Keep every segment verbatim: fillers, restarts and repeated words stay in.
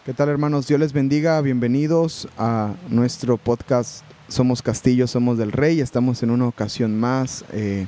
¿Qué tal, hermanos? Dios les bendiga. Bienvenidos a nuestro podcast Somos Castillo, Somos del Rey. Estamos en una ocasión más eh,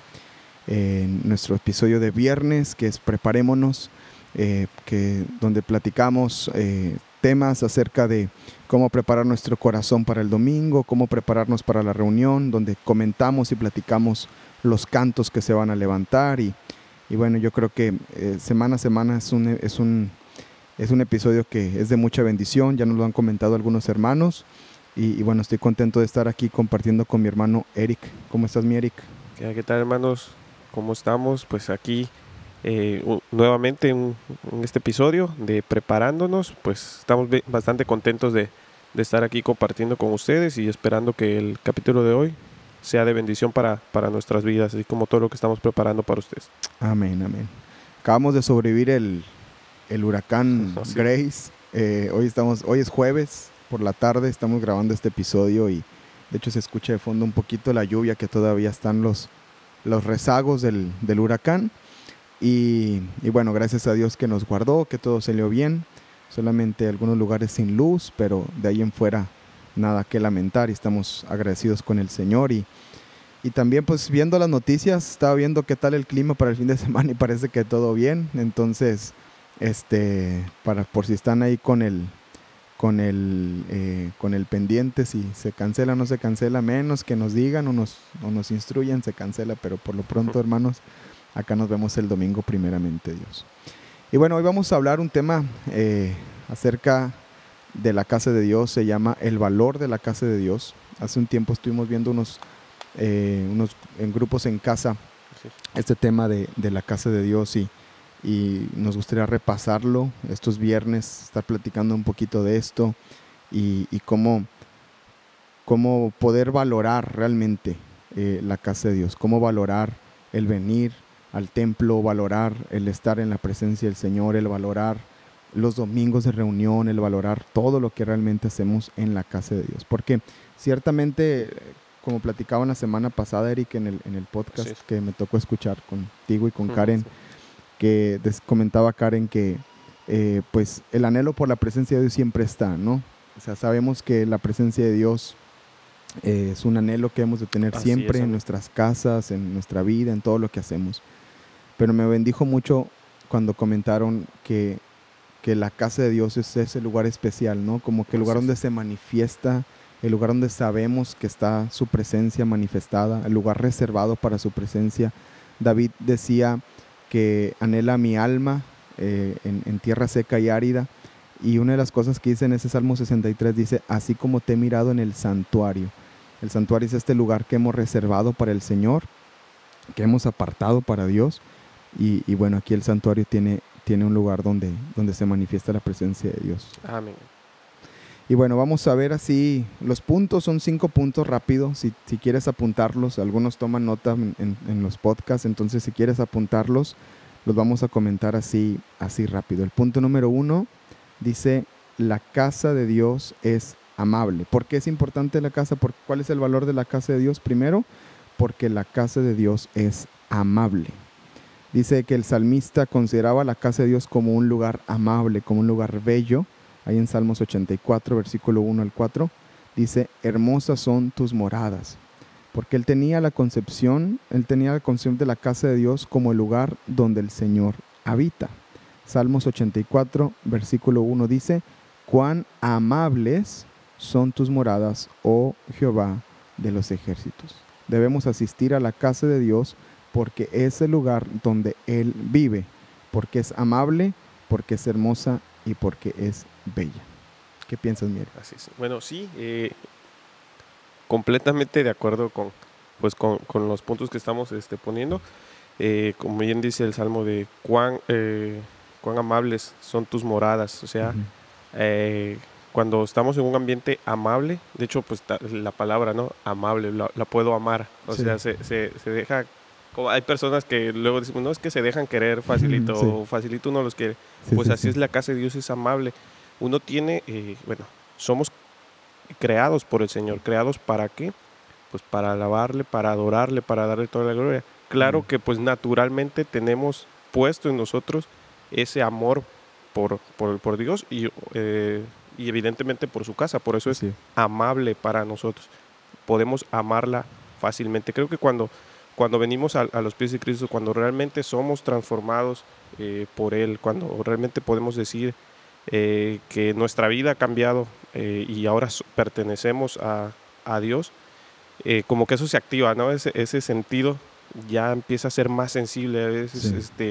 en nuestro episodio de viernes, que es Preparémonos, eh, que, donde platicamos eh, temas acerca de cómo preparar nuestro corazón para el domingo, cómo prepararnos para la reunión, donde comentamos y platicamos los cantos que se van a levantar. Y, y bueno, yo creo que eh, semana a semana es un... Es un Es un episodio que es de mucha bendición, ya nos lo han comentado algunos hermanos y, y bueno, estoy contento de estar aquí compartiendo con mi hermano Eric. ¿Cómo estás, mi Eric? ¿Qué, qué tal, hermanos? ¿Cómo estamos? Pues aquí eh, u- nuevamente en, en este episodio de Preparándonos, pues estamos be- bastante contentos de, de estar aquí compartiendo con ustedes y esperando que el capítulo de hoy sea de bendición para, para nuestras vidas, así como todo lo que estamos preparando para ustedes. Amén, amén. Acabamos de sobrevivir el, el huracán Así. Grace. Eh, hoy, estamos, hoy es jueves por la tarde, estamos grabando este episodio y de hecho se escucha de fondo un poquito la lluvia, que todavía están los, los rezagos del, del huracán. Y, y bueno, gracias a Dios que nos guardó, que todo salió bien. Solamente algunos lugares sin luz, pero de ahí en fuera nada que lamentar y estamos agradecidos con el Señor. Y, y también pues viendo las noticias, estaba viendo qué tal el clima para el fin de semana y parece que todo bien. Entonces, este, para, por si están ahí con el, con el, eh, con el pendiente, si se cancela o no se cancela, menos que nos digan o nos, o nos instruyan, se cancela. Pero por lo pronto, hermanos, acá nos vemos el domingo, primeramente Dios. Y bueno, hoy vamos a hablar un tema eh, acerca de la casa de Dios. Se llama el valor de la casa de Dios. Hace un tiempo estuvimos viendo unos, eh, unos en grupos en casa Sí. este tema de, de la casa de Dios y, y nos gustaría repasarlo estos viernes, estar platicando un poquito de esto y, y cómo, cómo poder valorar realmente eh, la casa de Dios, cómo valorar el venir al templo, valorar el estar en la presencia del Señor, el valorar los domingos de reunión, el valorar todo lo que realmente hacemos en la casa de Dios. Porque ciertamente, como platicaba la semana pasada, Eric, en el, en el podcast Sí. que me tocó escuchar contigo y con Ujú, Karen, sí. que des- comentaba Karen que eh, pues el anhelo por la presencia de Dios siempre está, ¿no? O sea, sabemos que la presencia de Dios eh, es un anhelo que hemos de tener Así siempre es, en amén. nuestras casas, en nuestra vida, en todo lo que hacemos. Pero me bendijo mucho cuando comentaron que, que la casa de Dios es ese lugar especial, ¿no? Como que el lugar Así es. donde se manifiesta, el lugar donde sabemos que está su presencia manifestada, el lugar reservado para su presencia. David decía que anhela mi alma eh, en, en tierra seca y árida. Y una de las cosas que dice en ese Salmo sesenta y tres dice, así como te he mirado en el santuario. El santuario es este lugar que hemos reservado para el Señor, que hemos apartado para Dios. Y, y bueno, aquí el santuario tiene, tiene un lugar donde, donde se manifiesta la presencia de Dios. Amén. Y bueno, vamos a ver así, los puntos son cinco puntos rápidos, si, si quieres apuntarlos, algunos toman nota en, en, en los podcasts, entonces si quieres apuntarlos, los vamos a comentar así, así rápido. El punto número uno dice, la casa de Dios es amable. ¿Por qué es importante la casa? ¿Por, ¿Cuál es el valor de la casa de Dios? Primero, porque la casa de Dios es amable. Dice que el salmista consideraba la casa de Dios como un lugar amable, como un lugar bello. Ahí en Salmos ochenta y cuatro, versículo uno al cuatro, dice, hermosas son tus moradas. Porque él tenía la concepción, él tenía la concepción de la casa de Dios como el lugar donde el Señor habita. Salmos ochenta y cuatro, versículo uno dice, cuán amables son tus moradas, oh Jehová de los ejércitos. Debemos asistir a la casa de Dios porque es el lugar donde Él vive, porque es amable, porque es hermosa y porque es bella. ¿Qué piensas, Mier? Así es. Bueno, sí, eh, completamente de acuerdo con, pues, con, con los puntos que estamos este, poniendo. Eh, como bien dice el Salmo de cuán, eh, cuán amables son tus moradas. O sea, Uh-huh. eh, cuando estamos en un ambiente amable, de hecho, pues ta- la palabra, ¿no? Amable, la, la puedo amar. O Sí. sea, se, se, se deja... Como hay personas que luego decimos, no, es que se dejan querer facilito, Sí. o facilito uno los quiere. Sí, Pues sí, así sí. es la casa de Dios, es amable. Uno tiene, eh, bueno, somos creados por el Señor. ¿Creados para qué? Pues para alabarle, para adorarle, para darle toda la gloria. Claro Mm. que pues naturalmente tenemos puesto en nosotros ese amor por, por, por Dios y, eh, y evidentemente por su casa. Por eso es Sí. amable para nosotros. Podemos amarla fácilmente. Creo que cuando, cuando venimos a, a los pies de Cristo, cuando realmente somos transformados eh, por Él, cuando realmente podemos decir eh, que nuestra vida ha cambiado eh, y ahora pertenecemos a, a Dios, eh, como que eso se activa, ¿no? Ese, ese sentido ya empieza a ser más sensible. A veces, Sí. este,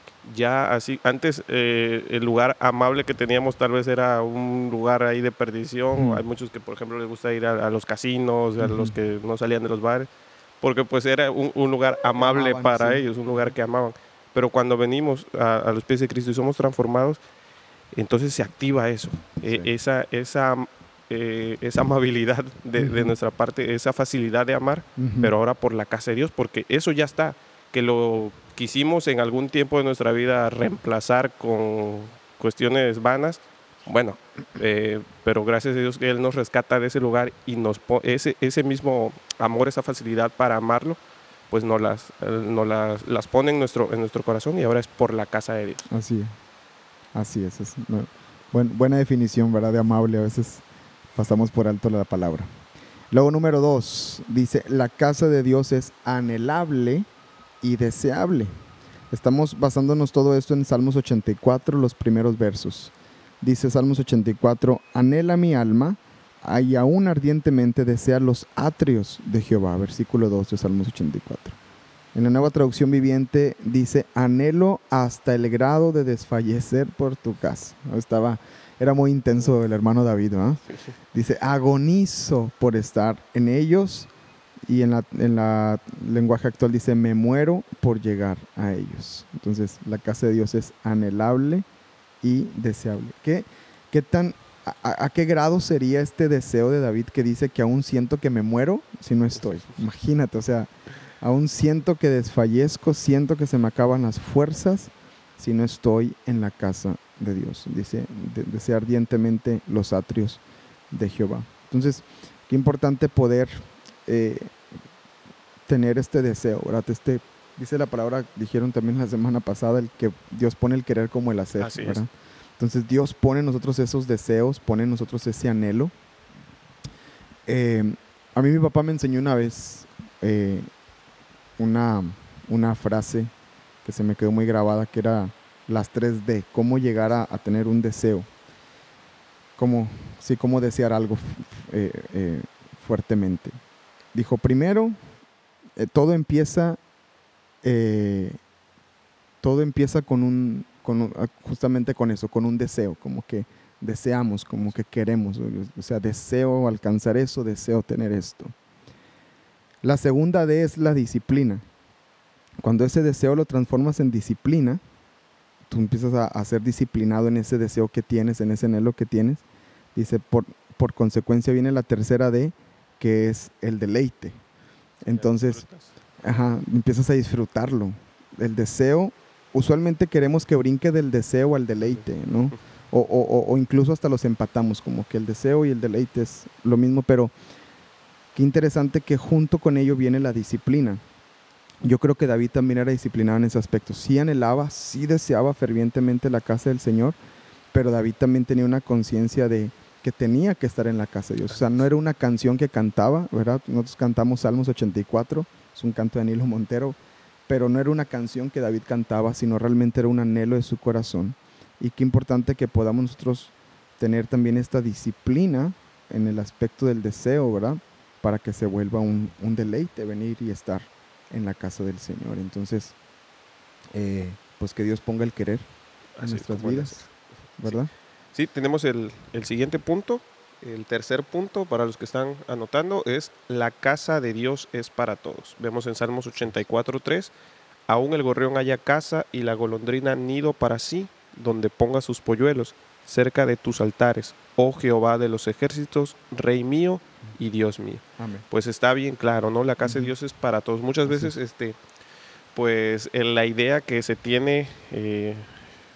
ya así, antes eh, el lugar amable que teníamos tal vez era un lugar ahí de perdición. Uh-huh. Hay muchos que, por ejemplo, les gusta ir a, a los casinos, a Uh-huh. los que no salían de los bares, porque pues era un, un lugar amable Amaban, para sí. ellos, un lugar que amaban. Pero cuando venimos a, a los pies de Cristo y somos transformados, entonces se activa eso, Sí. eh, esa, esa, eh, esa amabilidad de, Uh-huh. de nuestra parte, esa facilidad de amar, Uh-huh. pero ahora por la casa de Dios, porque eso ya está, que lo quisimos en algún tiempo de nuestra vida reemplazar con cuestiones vanas, bueno, eh, pero gracias a Dios que Él nos rescata de ese lugar y nos pone ese, ese mismo amor, esa facilidad para amarlo, pues nos las, nos las, las pone en nuestro, en nuestro corazón y ahora es por la casa de Dios. Así es. Así es, es no, buen, buena definición, ¿verdad? De amable, a veces pasamos por alto la palabra. Luego número dos, dice, la casa de Dios es anhelable y deseable. Estamos basándonos todo esto en Salmos ochenta y cuatro, los primeros versos. Dice Salmos ochenta y cuatro, anhela mi alma y aún ardientemente desea los atrios de Jehová. Versículo dos de Salmos ochenta y cuatro. En la Nueva Traducción Viviente dice, anhelo hasta el grado de desfallecer por tu casa. Estaba, era muy intenso el hermano David, ¿no? Dice, agonizo por estar en ellos. Y en la, en la lenguaje actual dice, me muero por llegar a ellos. Entonces, la casa de Dios es anhelable y deseable. ¿Qué, qué tan, a, a qué grado sería este deseo de David que dice que aún siento que me muero si no estoy? Imagínate, o sea... Aún siento que desfallezco, siento que se me acaban las fuerzas si no estoy en la casa de Dios. Dice, de, desea ardientemente los atrios de Jehová. Entonces, qué importante poder eh, tener este deseo, ¿verdad? Este, dice la palabra, dijeron también la semana pasada, el que Dios pone el querer como el hacer, Así ¿verdad? es. Entonces, Dios pone en nosotros esos deseos, pone en nosotros ese anhelo. Eh, a mí mi papá me enseñó una vez... Eh, Una, una frase que se me quedó muy grabada, que era las tres D, cómo llegar a, a tener un deseo, cómo, sí, cómo desear algo eh, eh, fuertemente. Dijo, primero, eh, todo empieza, eh, todo empieza con un, con un, justamente con eso, con un deseo, como que deseamos, como que queremos, o sea, deseo alcanzar eso, deseo tener esto. La segunda D es la disciplina. Cuando ese deseo lo transformas en disciplina, tú empiezas a, a ser disciplinado en ese deseo que tienes, en ese anhelo que tienes. Dice, por, por consecuencia viene la tercera D, que es el deleite. Entonces, ajá, empiezas a disfrutarlo. El deseo, usualmente queremos que brinque del deseo al deleite, ¿no? O, o, o incluso hasta los empatamos, como que el deseo y el deleite es lo mismo, pero... Qué interesante que junto con ello viene la disciplina. Yo creo que David también era disciplinado en ese aspecto. Sí anhelaba, sí deseaba fervientemente la casa del Señor, pero David también tenía una conciencia de que tenía que estar en la casa de Dios. O sea, no era una canción que cantaba, ¿verdad? Nosotros cantamos Salmos ochenta y cuatro, es un canto de Danilo Montero, pero no era una canción que David cantaba, sino realmente era un anhelo de su corazón. Y qué importante que podamos nosotros tener también esta disciplina en el aspecto del deseo, ¿verdad? Para que se vuelva un, un deleite venir y estar en la casa del Señor. Entonces, eh, pues que Dios ponga el querer en Así nuestras como vidas, es. ¿verdad? Sí, sí, tenemos el, el siguiente punto. El tercer punto, para los que están anotando, es la casa de Dios es para todos. Vemos en Salmos ochenta y cuatro, tres, aún el gorrión halla casa y la golondrina nido para sí, donde ponga sus polluelos, cerca de tus altares, oh Jehová de los ejércitos, Rey mío y Dios mío. Amén. Pues está bien claro, ¿no? La casa Uh-huh. de Dios es para todos. Muchas veces, este, pues, en la idea que se tiene, eh,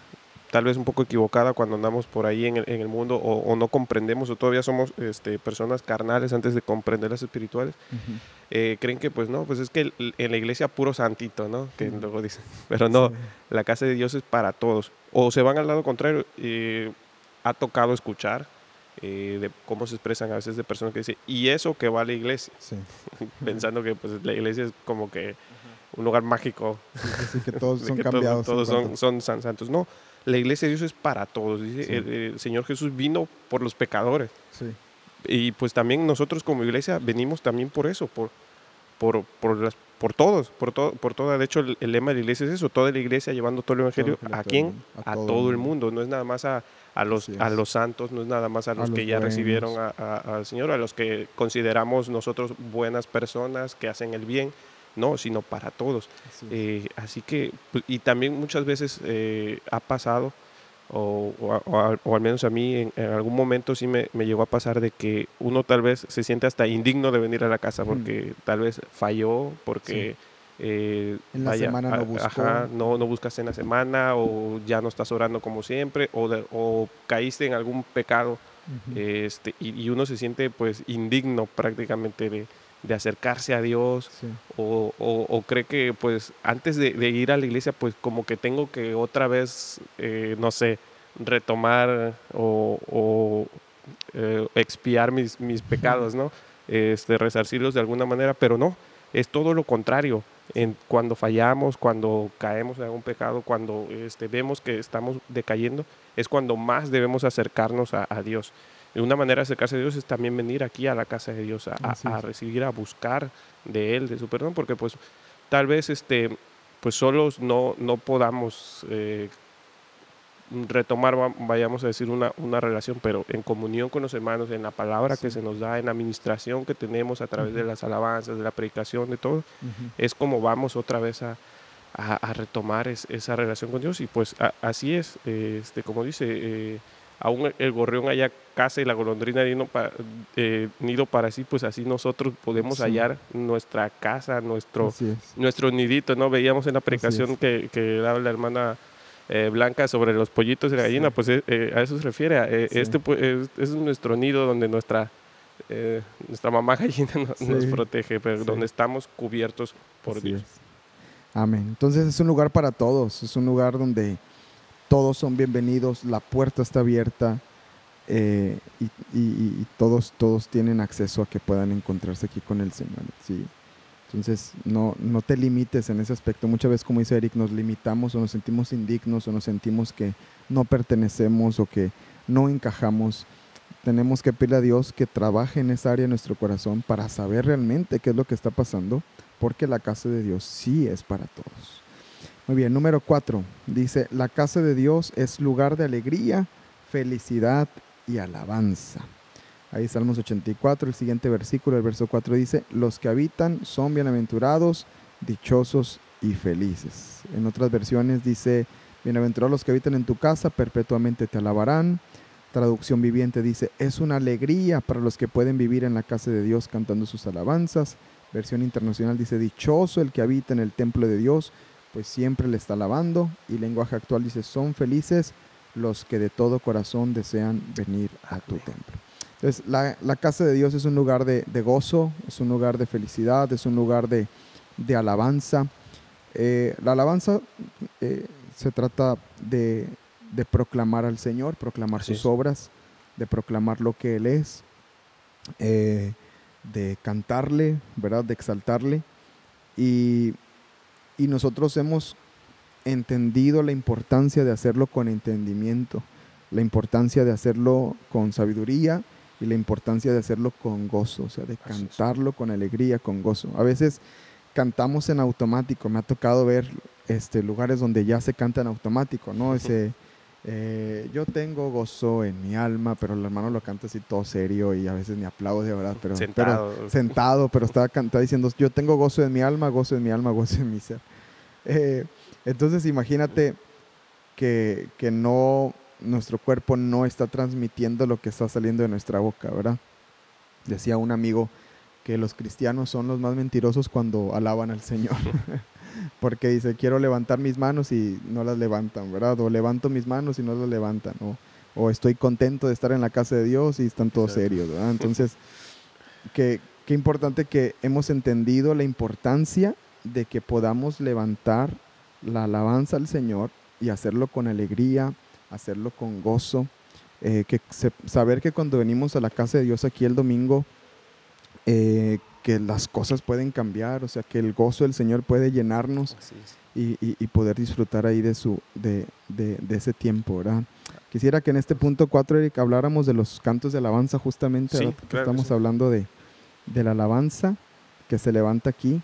tal vez un poco equivocada cuando andamos por ahí en el, en el mundo o, o no comprendemos o todavía somos este, personas carnales antes de comprender las espirituales. Ujú. Eh, creen que pues no, pues es que el- en la iglesia puro santito, ¿no? Que Sí. luego dicen, pero no, Sí. la casa de Dios es para todos. O se van al lado contrario. Eh, ha tocado escuchar eh, de cómo se expresan a veces de personas que dicen, y eso que va a la iglesia, Sí. pensando que pues la iglesia es como que un lugar mágico, Sí, sí, sí, que todos de son que todo- cambiados en todos son, cuanto. son san- santos. No, la iglesia de Dios es para todos. Dice, Sí. el, el Señor Jesús vino por los pecadores. Sí. Y pues también nosotros como iglesia venimos también por eso, por, por, por, las, por todos, por, todo, por toda. De hecho, el, el lema de la iglesia es eso, toda la iglesia llevando todo el evangelio. Todo el ¿A todo el quién? mundo, a A todo todo el el mundo. mundo. No es nada más a, a, los, Así a es. los santos, no es nada más a los, los que ya buenos. recibieron a- a- al Señor, a los que consideramos nosotros buenas personas, que hacen el bien. No, sino para todos. Así es. Eh, así que, pues, y también muchas veces eh, ha pasado, o, o, a- o al- o al menos a mí en, en algún momento sí me, me llegó a pasar de que uno tal vez se siente hasta indigno de venir a la casa porque tal vez falló, porque eh, En la vaya, semana a- no buscó. ajá, no, no buscaste en la semana o ya no estás orando como siempre o, de- o caíste en algún pecado Ujú. este, y, y uno se siente pues indigno prácticamente de, de acercarse a Dios Sí. o, o- o cree que pues antes de, de ir a la iglesia pues como que tengo que otra vez, eh, no sé, retomar o, o, eh, expiar mis, mis pecados, ¿no? Este, resarcirlos de alguna manera, pero no, es todo lo contrario. En, cuando fallamos, cuando caemos en algún pecado, cuando este, vemos que estamos decayendo, es cuando más debemos acercarnos a, a Dios. Y una manera de acercarse a Dios es también venir aquí a la casa de Dios, a, Así a, a es. recibir, a buscar de Él, de su perdón, porque pues tal vez este, pues solos no, no podamos eh, retomar, va- vayamos a decir, una, una relación, pero en comunión con los hermanos, en la palabra que Sí. se nos da, en la administración que tenemos a través de Ujú. las alabanzas, de la predicación, de todo, Ujú. es como vamos otra vez a, a- a retomar es- esa relación con Dios. Y pues a- así es, eh, este, como dice, eh, aún el gorrión haya casa y la golondrina nido para, eh, nido para sí, pues así nosotros podemos Sí. hallar nuestra casa, nuestro, Así es. nuestro nidito, ¿no? Veíamos en la Así predicación es. que, que daba la hermana eh, Blanca sobre los pollitos y la gallina, Sí. pues eh, eh, a eso se refiere. a, eh, Sí. Este pues, es, es nuestro nido donde nuestra, eh, nuestra mamá gallina no- Sí. nos protege, pero Sí. donde estamos cubiertos por Así Dios. es. Amén. Entonces es un lugar para todos, es un lugar donde todos son bienvenidos, la puerta está abierta eh, y, y- y todos, todos tienen acceso a que puedan encontrarse aquí con el Señor. ¿Sí? Entonces no, no te limites en ese aspecto. Muchas veces, como dice Eric, nos limitamos o nos sentimos indignos o nos sentimos que no pertenecemos o que no encajamos. Tenemos que pedirle a Dios que trabaje en esa área de nuestro corazón para saber realmente qué es lo que está pasando, porque la casa de Dios sí es para todos. Muy bien, número cuatro, dice, la casa de Dios es lugar de alegría, felicidad y alabanza. Ahí Salmos ochenta y cuatro, el siguiente versículo, el verso cuatro dice, los que habitan son bienaventurados, dichosos y felices. En otras versiones dice, bienaventurados los que habitan en tu casa, perpetuamente te alabarán. Traducción viviente dice, es una alegría para los que pueden vivir en la casa de Dios cantando sus alabanzas. Versión internacional dice, dichoso el que habita en el templo de Dios, pues siempre le está alabando. Y lenguaje actual dice, son felices los que de todo corazón desean venir a tu templo. Entonces, la, la casa de Dios es un lugar de, de gozo, es un lugar de felicidad, es un lugar de, de alabanza. Eh, la alabanza eh, se trata de, de proclamar al Señor, proclamar Así sus es. obras, de proclamar lo que Él es, eh, de cantarle, ¿verdad? De exaltarle. Y, y nosotros hemos entendido la importancia de hacerlo con entendimiento, la importancia de hacerlo con sabiduría y la importancia de hacerlo con gozo, o sea, de cantarlo con alegría, con gozo. A veces cantamos en automático, me ha tocado ver este, lugares donde ya se canta en automático, ¿no? Ese, eh, yo tengo gozo en mi alma, pero el hermano lo canta así todo serio y a veces ni aplaude, ¿verdad? Pero Sentado. pero, sentado, pero está, está diciendo, yo tengo gozo en mi alma, gozo en mi alma, gozo en mi ser. Eh, entonces imagínate que, que no, nuestro cuerpo no está transmitiendo lo que está saliendo de nuestra boca, ¿verdad? Decía un amigo que los cristianos son los más mentirosos cuando alaban al Señor. porque dice, quiero levantar mis manos y no las levantan, ¿verdad? O levanto mis manos y no las levantan, o, o estoy contento de estar en la casa de Dios y están todos Exacto. serios, ¿verdad? Entonces, qué, qué importante que hemos entendido la importancia de que podamos levantar la alabanza al Señor y hacerlo con alegría, hacerlo con gozo, eh, que se- saber que cuando venimos a la casa de Dios aquí el domingo, eh, que las cosas pueden cambiar, o sea, que el gozo del Señor puede llenarnos Así es. y, y- y poder disfrutar ahí de, su, de, de- de ese tiempo, ¿verdad? Quisiera que en este punto cuatro, Eric, habláramos de los cantos de alabanza justamente, Sí, ¿verdad? Porque claro que estamos sí. hablando de, de la alabanza que se levanta aquí.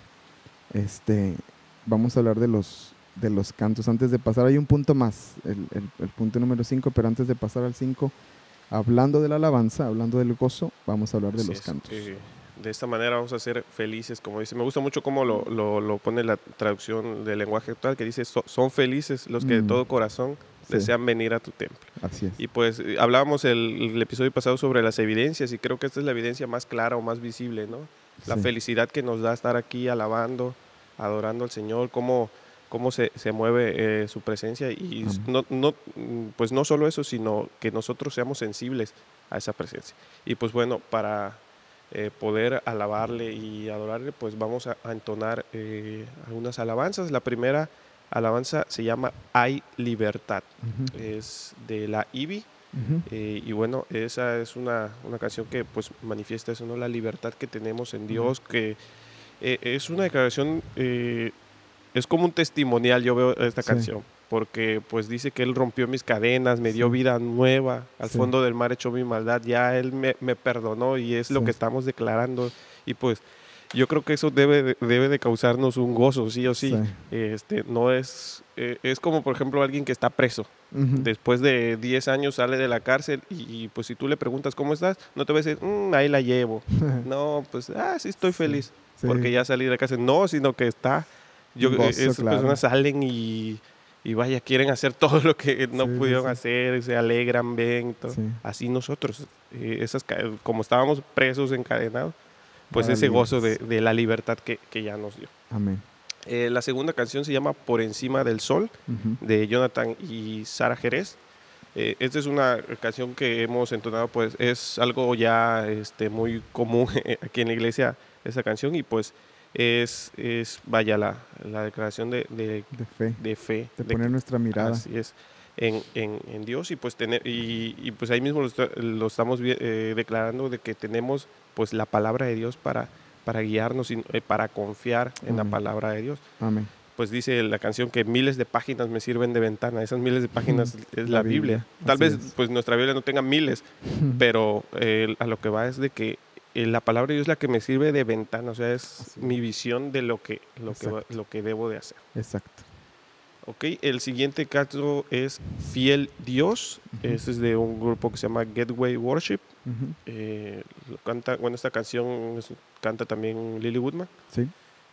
Este, vamos a hablar de los, de los cantos. Antes de pasar, hay un punto más, el, el- el punto número cinco, pero antes de pasar al cinco, hablando de la alabanza, hablando del gozo, vamos a hablar de Así los es. cantos. Eh, de esta manera vamos a ser felices, como dice. Me gusta mucho cómo lo, lo, lo pone la traducción del lenguaje actual, que dice, "So- son felices los que de Mm, todo corazón sí, desean venir a tu templo". así es. Y pues eh, hablábamos el, el episodio pasado sobre las evidencias y creo que esta es la evidencia más clara o más visible, ¿no? La Sí. felicidad que nos da estar aquí alabando, adorando al Señor, cómo, cómo se, se mueve eh, su presencia y s- Amén. no, no, mm, pues no solo eso, sino que nosotros seamos sensibles a esa presencia. Y pues bueno, para eh, poder alabarle y adorarle, pues vamos a, a entonar eh, algunas alabanzas. La primera alabanza se llama Hay Libertad, Ujú, es de la Ivy. ujú, Eh, y bueno, esa es una, una canción que pues manifiesta eso, ¿no? La libertad que tenemos en amén. Dios, que eh, es una declaración, eh, es como un testimonial, yo veo esta Sí, canción, porque pues dice que Él rompió mis cadenas, me dio sí, vida nueva, al sí, fondo del mar echó mi maldad, ya Él me, me perdonó y es lo sí, que estamos declarando. Y pues yo creo que eso debe de, debe de causarnos un gozo, sí o sí. sí. Este, no es, eh, es como por ejemplo alguien que está preso. Ujú, Después de diez años sale de la cárcel y, y, pues si tú le preguntas cómo estás, no te va a decir, "Mm, ahí la llevo". No, pues, ah, sí estoy sí, feliz porque sí. ya salí de la cárcel. No, sino que está, yo, eh, Gozo, esas claro. personas salen y, y vaya, quieren hacer todo lo que no Sí, sí, pudieron sí. hacer, se alegran, ven, todo. Sí, Así nosotros, eh, esas, ca- como estábamos presos, encadenados, pues ahora ese gozo de, libres. de la libertad que, que ya nos dio. Amén. Eh, la segunda canción se llama Por encima del sol, Ujú, de Jonathan y Sara Jerez. Eh, esta es una canción que hemos entonado, pues es algo ya este, muy común aquí en la iglesia, esa canción, y pues es, es vaya, la, la declaración de, de, de fe, de fe, de de poner que nuestra mirada. así es, en, en, en Dios, y pues, tener, y, y pues ahí mismo lo, está- lo estamos vi- eh, declarando de que tenemos pues la palabra de Dios para, para guiarnos, y, eh, para confiar en la Amén. palabra de Dios. Amén. Pues dice la canción que miles de páginas me sirven de ventana. Esas miles de páginas es La la Biblia. Biblia, Tal así vez es. pues nuestra Biblia no tenga miles, pero eh, a lo que va es de que eh, la palabra de Dios es la que me sirve de ventana, o sea, es Así mi es. visión de lo que, lo que, va- Exacto. lo que debo de hacer. Exacto. Ok, el siguiente canto es Fiel Dios. Ujú, Este es de un grupo que se llama Gateway Worship. ujú, Eh, lo canta, bueno, esta canción es- canta también Lily Woodman. sí.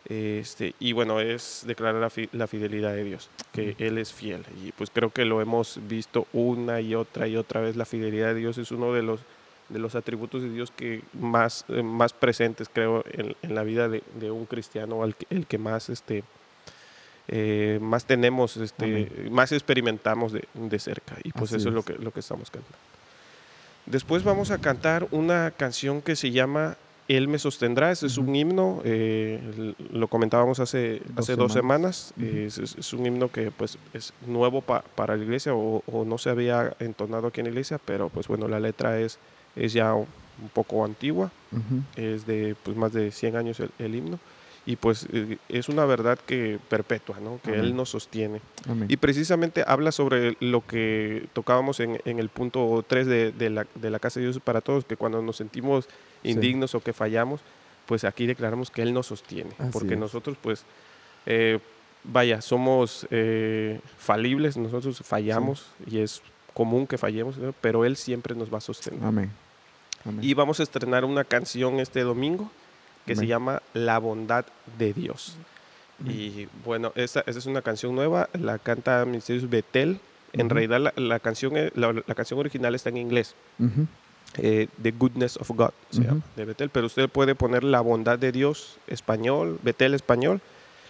Este, y bueno, es declarar la, fi- la fidelidad de Dios, que Él es fiel. Y pues creo que lo hemos visto una y otra y otra vez. La fidelidad de Dios es uno de los, de los atributos de Dios que más, eh, más presentes, creo, en, en la vida de, de un cristiano, el que, el que más, este, eh, más tenemos, este, más experimentamos de, de cerca. Y pues Así eso es lo es. que, lo que estamos cantando. Después vamos a cantar una canción que se llama Él me sostendrá. Ese es Ujú. un himno, eh, l- lo comentábamos hace, Dos hace dos semanas. semanas. Ujú. Eh, es, es- es un himno que pues es nuevo pa- para la iglesia o, o no se había entonado aquí en la iglesia, pero pues bueno, la letra es, es ya un poco antigua, Ujú. es de pues más de cien años el, el himno. Y pues eh, es una verdad que perpetua, ¿no? Que Amén. Él nos sostiene. Amén. Y precisamente habla sobre lo que tocábamos en, en el punto tres de, de la, de la Casa de Dios para Todos, que cuando nos sentimos Sí. indignos o que fallamos, pues aquí declaramos que Él nos sostiene, Así porque es. nosotros pues, eh, vaya, somos eh, falibles, nosotros fallamos y es común que fallemos, ¿no? Pero Él siempre nos va a sostener. Amén. Amén. Y vamos a estrenar una canción este domingo que se Amén. llama La Bondad de Dios. Amén. Y bueno, esta, esta es una canción nueva, la canta Ministerios Betel. En Ujú. realidad la, la canción, es- la, la canción original está en inglés, Ujú. eh, The Goodness of God se Ujú. llama, de Betel, pero usted puede poner La Bondad de Dios español, Betel español,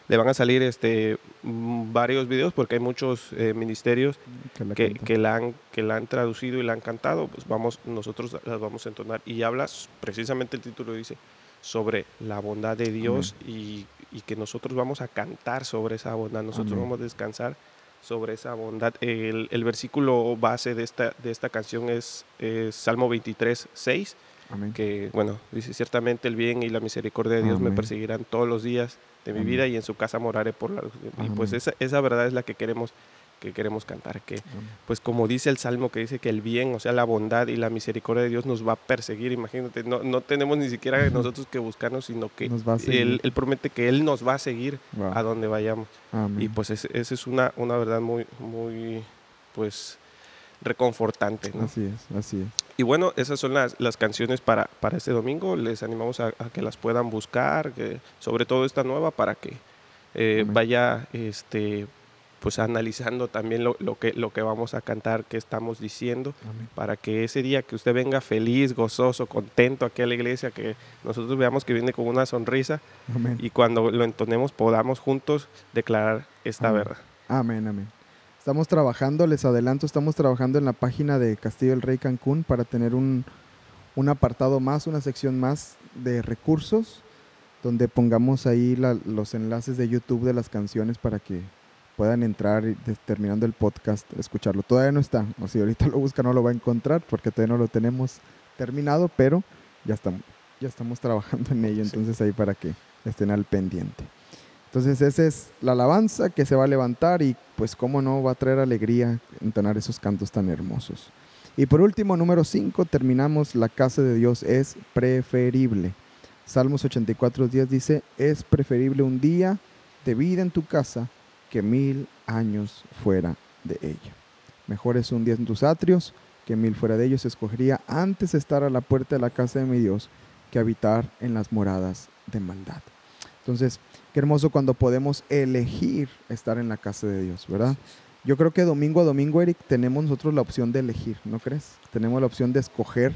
le van a salir este mm, varios videos porque hay muchos eh, ministerios Que la que, canta. que, la han, que la han traducido y la han cantado, pues vamos, nosotros las vamos a entonar. Y hablas, precisamente el título dice, sobre la bondad de Dios y, y que nosotros vamos a cantar sobre esa bondad, nosotros Amén. vamos a descansar sobre esa bondad. El, el versículo base de esta, de esta canción es, es Salmo veintitrés, seis, Amén. que, bueno, dice, ciertamente el bien y la misericordia de Dios me Amén. perseguirán todos los días de mi Amén. vida y en su casa moraré por la... Y Amén. pues esa, esa verdad es la que queremos, que queremos cantar, que Amén. pues como dice el Salmo, que dice que el bien, o sea, la bondad y la misericordia de Dios nos va a perseguir. Imagínate, no, no tenemos ni siquiera nosotros que buscarnos, sino que Nos va a seguir. él, él promete que Él nos va a seguir Wow. a donde vayamos. Amén. Y pues esa es una, una verdad muy, muy, pues, reconfortante, ¿no? Así es, así es. Y bueno, esas son las, las canciones para, para este domingo. Les animamos a, a que las puedan buscar, que, sobre todo esta nueva, para que eh, Amén. vaya este, pues analizando también lo, lo, que, lo que vamos a cantar, que estamos diciendo, Amén. para que ese día que usted venga feliz, gozoso, contento aquí a la iglesia, que nosotros veamos que viene con una sonrisa Amén. y cuando lo entonemos podamos juntos declarar esta Amén. verdad. Amén, amén. Estamos trabajando, les adelanto, estamos trabajando en la página de Castillo del Rey Cancún para tener un, un apartado más, una sección más de recursos, donde pongamos ahí la, los enlaces de YouTube de las canciones para que puedan entrar y de- terminando el podcast, escucharlo. Todavía no está, o si ahorita lo busca no lo va a encontrar porque todavía no lo tenemos terminado, pero ya estamos, ya estamos trabajando en ello, Sí. entonces ahí para que estén al pendiente. Entonces esa es la alabanza que se va a levantar y pues cómo no va a traer alegría entonar esos cantos tan hermosos. Y por último, número cinco, terminamos, la casa de Dios es preferible. Salmos ochenta y cuatro, diez dice, es preferible un día de vida en tu casa que mil años fuera de ella. Mejor es un día en tus atrios que mil fuera de ellos. Escogería antes estar a la puerta de la casa de mi Dios que habitar en las moradas de maldad. Entonces, qué hermoso cuando podemos elegir estar en la casa de Dios, ¿verdad? Yo creo que domingo a domingo, Eric, tenemos nosotros la opción de elegir, ¿no crees? Tenemos la opción de escoger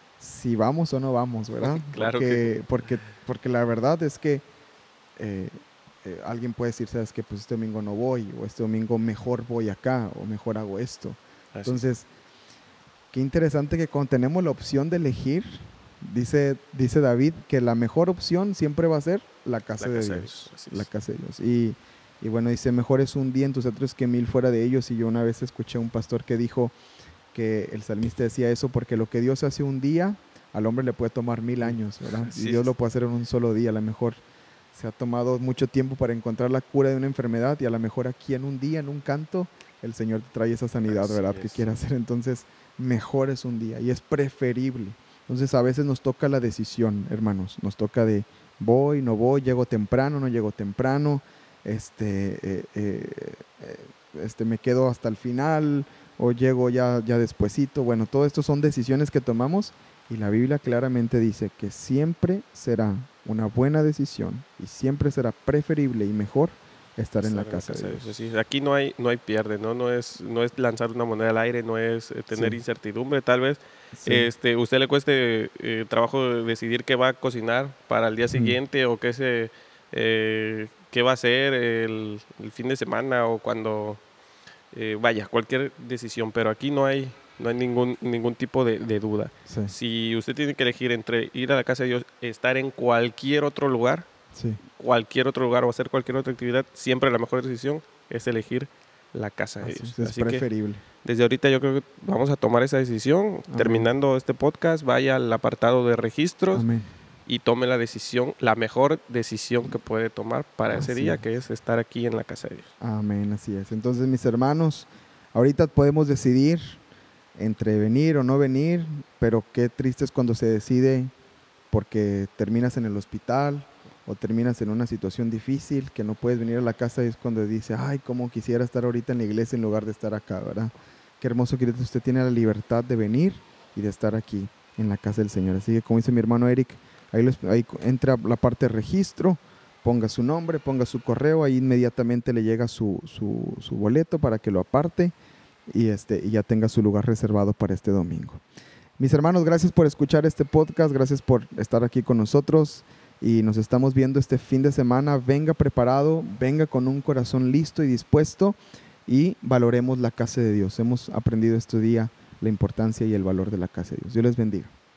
si vamos o no vamos, ¿verdad? Claro porque, que- porque, porque la verdad es que eh, eh, alguien puede decir, sabes que pues este domingo no voy, o este domingo mejor voy acá, o mejor hago esto. Así. Entonces, qué interesante que cuando tenemos la opción de elegir, dice, dice David que la mejor opción siempre va a ser la casa, La de, casa de Dios, Dios, así es. la casa de Dios. Y, y bueno, dice, mejor es un día en tus atrios que mil fuera de ellos. Y yo una vez escuché a un pastor que dijo que el salmista decía eso porque lo que Dios hace un día, al hombre le puede tomar mil años, ¿verdad? Así Y Dios es. lo puede hacer en un solo día. A lo mejor se ha tomado mucho tiempo para encontrar la cura de una enfermedad y a lo mejor aquí en un día, en un canto, el Señor te trae esa sanidad, Así ¿verdad? Que es. quiere hacer. Entonces, mejor es un día y es preferible. Entonces, a veces nos toca la decisión, hermanos. Nos toca de voy, no voy, llego temprano, no llego temprano, este, eh, eh, eh, este, me quedo hasta el final o llego ya, ya despuesito. Bueno, todo esto son decisiones que tomamos y la Biblia claramente dice que siempre será una buena decisión y siempre será preferible y mejor estar en la casa de Dios. Sí, aquí no hay, no hay pierde, ¿no? No es, no es lanzar una moneda al aire, no es eh, tener Sí. incertidumbre. Tal vez Sí. este, usted le cueste eh, trabajo decidir qué va a cocinar para el día Ujú. siguiente o qué, se, eh, qué va a hacer el, el fin de semana o cuando eh, vaya, cualquier decisión. Pero aquí no hay, no hay ningún, ningún tipo de, de duda. Sí, Si usted tiene que elegir entre ir a la casa de Dios, estar en cualquier otro lugar, sí. cualquier otro lugar o hacer cualquier otra actividad, siempre la mejor decisión es elegir la casa de Así Dios. es, es Así que preferible. desde ahorita yo creo que vamos a tomar esa decisión. Amén. Terminando este podcast, vaya al apartado de registros Amén. y tome la decisión, la mejor decisión que puede tomar para ese Así día, es. que es estar aquí en la casa de Dios. Amén, así es. Entonces, mis hermanos, ahorita podemos decidir entre venir o no venir, pero qué triste es cuando se decide porque terminas en el hospital o terminas en una situación difícil que no puedes venir a la casa y es cuando dice, ay, cómo quisiera estar ahorita en la iglesia en lugar de estar acá, ¿verdad? Qué hermoso que usted tiene la libertad de venir y de estar aquí en la casa del Señor. Así que como dice mi hermano Eric, ahí, los, ahí entra la parte de registro, ponga su nombre, ponga su correo, ahí inmediatamente le llega su, su, su boleto para que lo aparte y, este, y ya tenga su lugar reservado para este domingo. Mis hermanos, gracias por escuchar este podcast, gracias por estar aquí con nosotros. y nos estamos viendo este fin de semana. Venga preparado, venga con un corazón listo y dispuesto y valoremos la casa de Dios. Hemos aprendido este día la importancia y el valor de la casa de Dios. Dios les bendiga.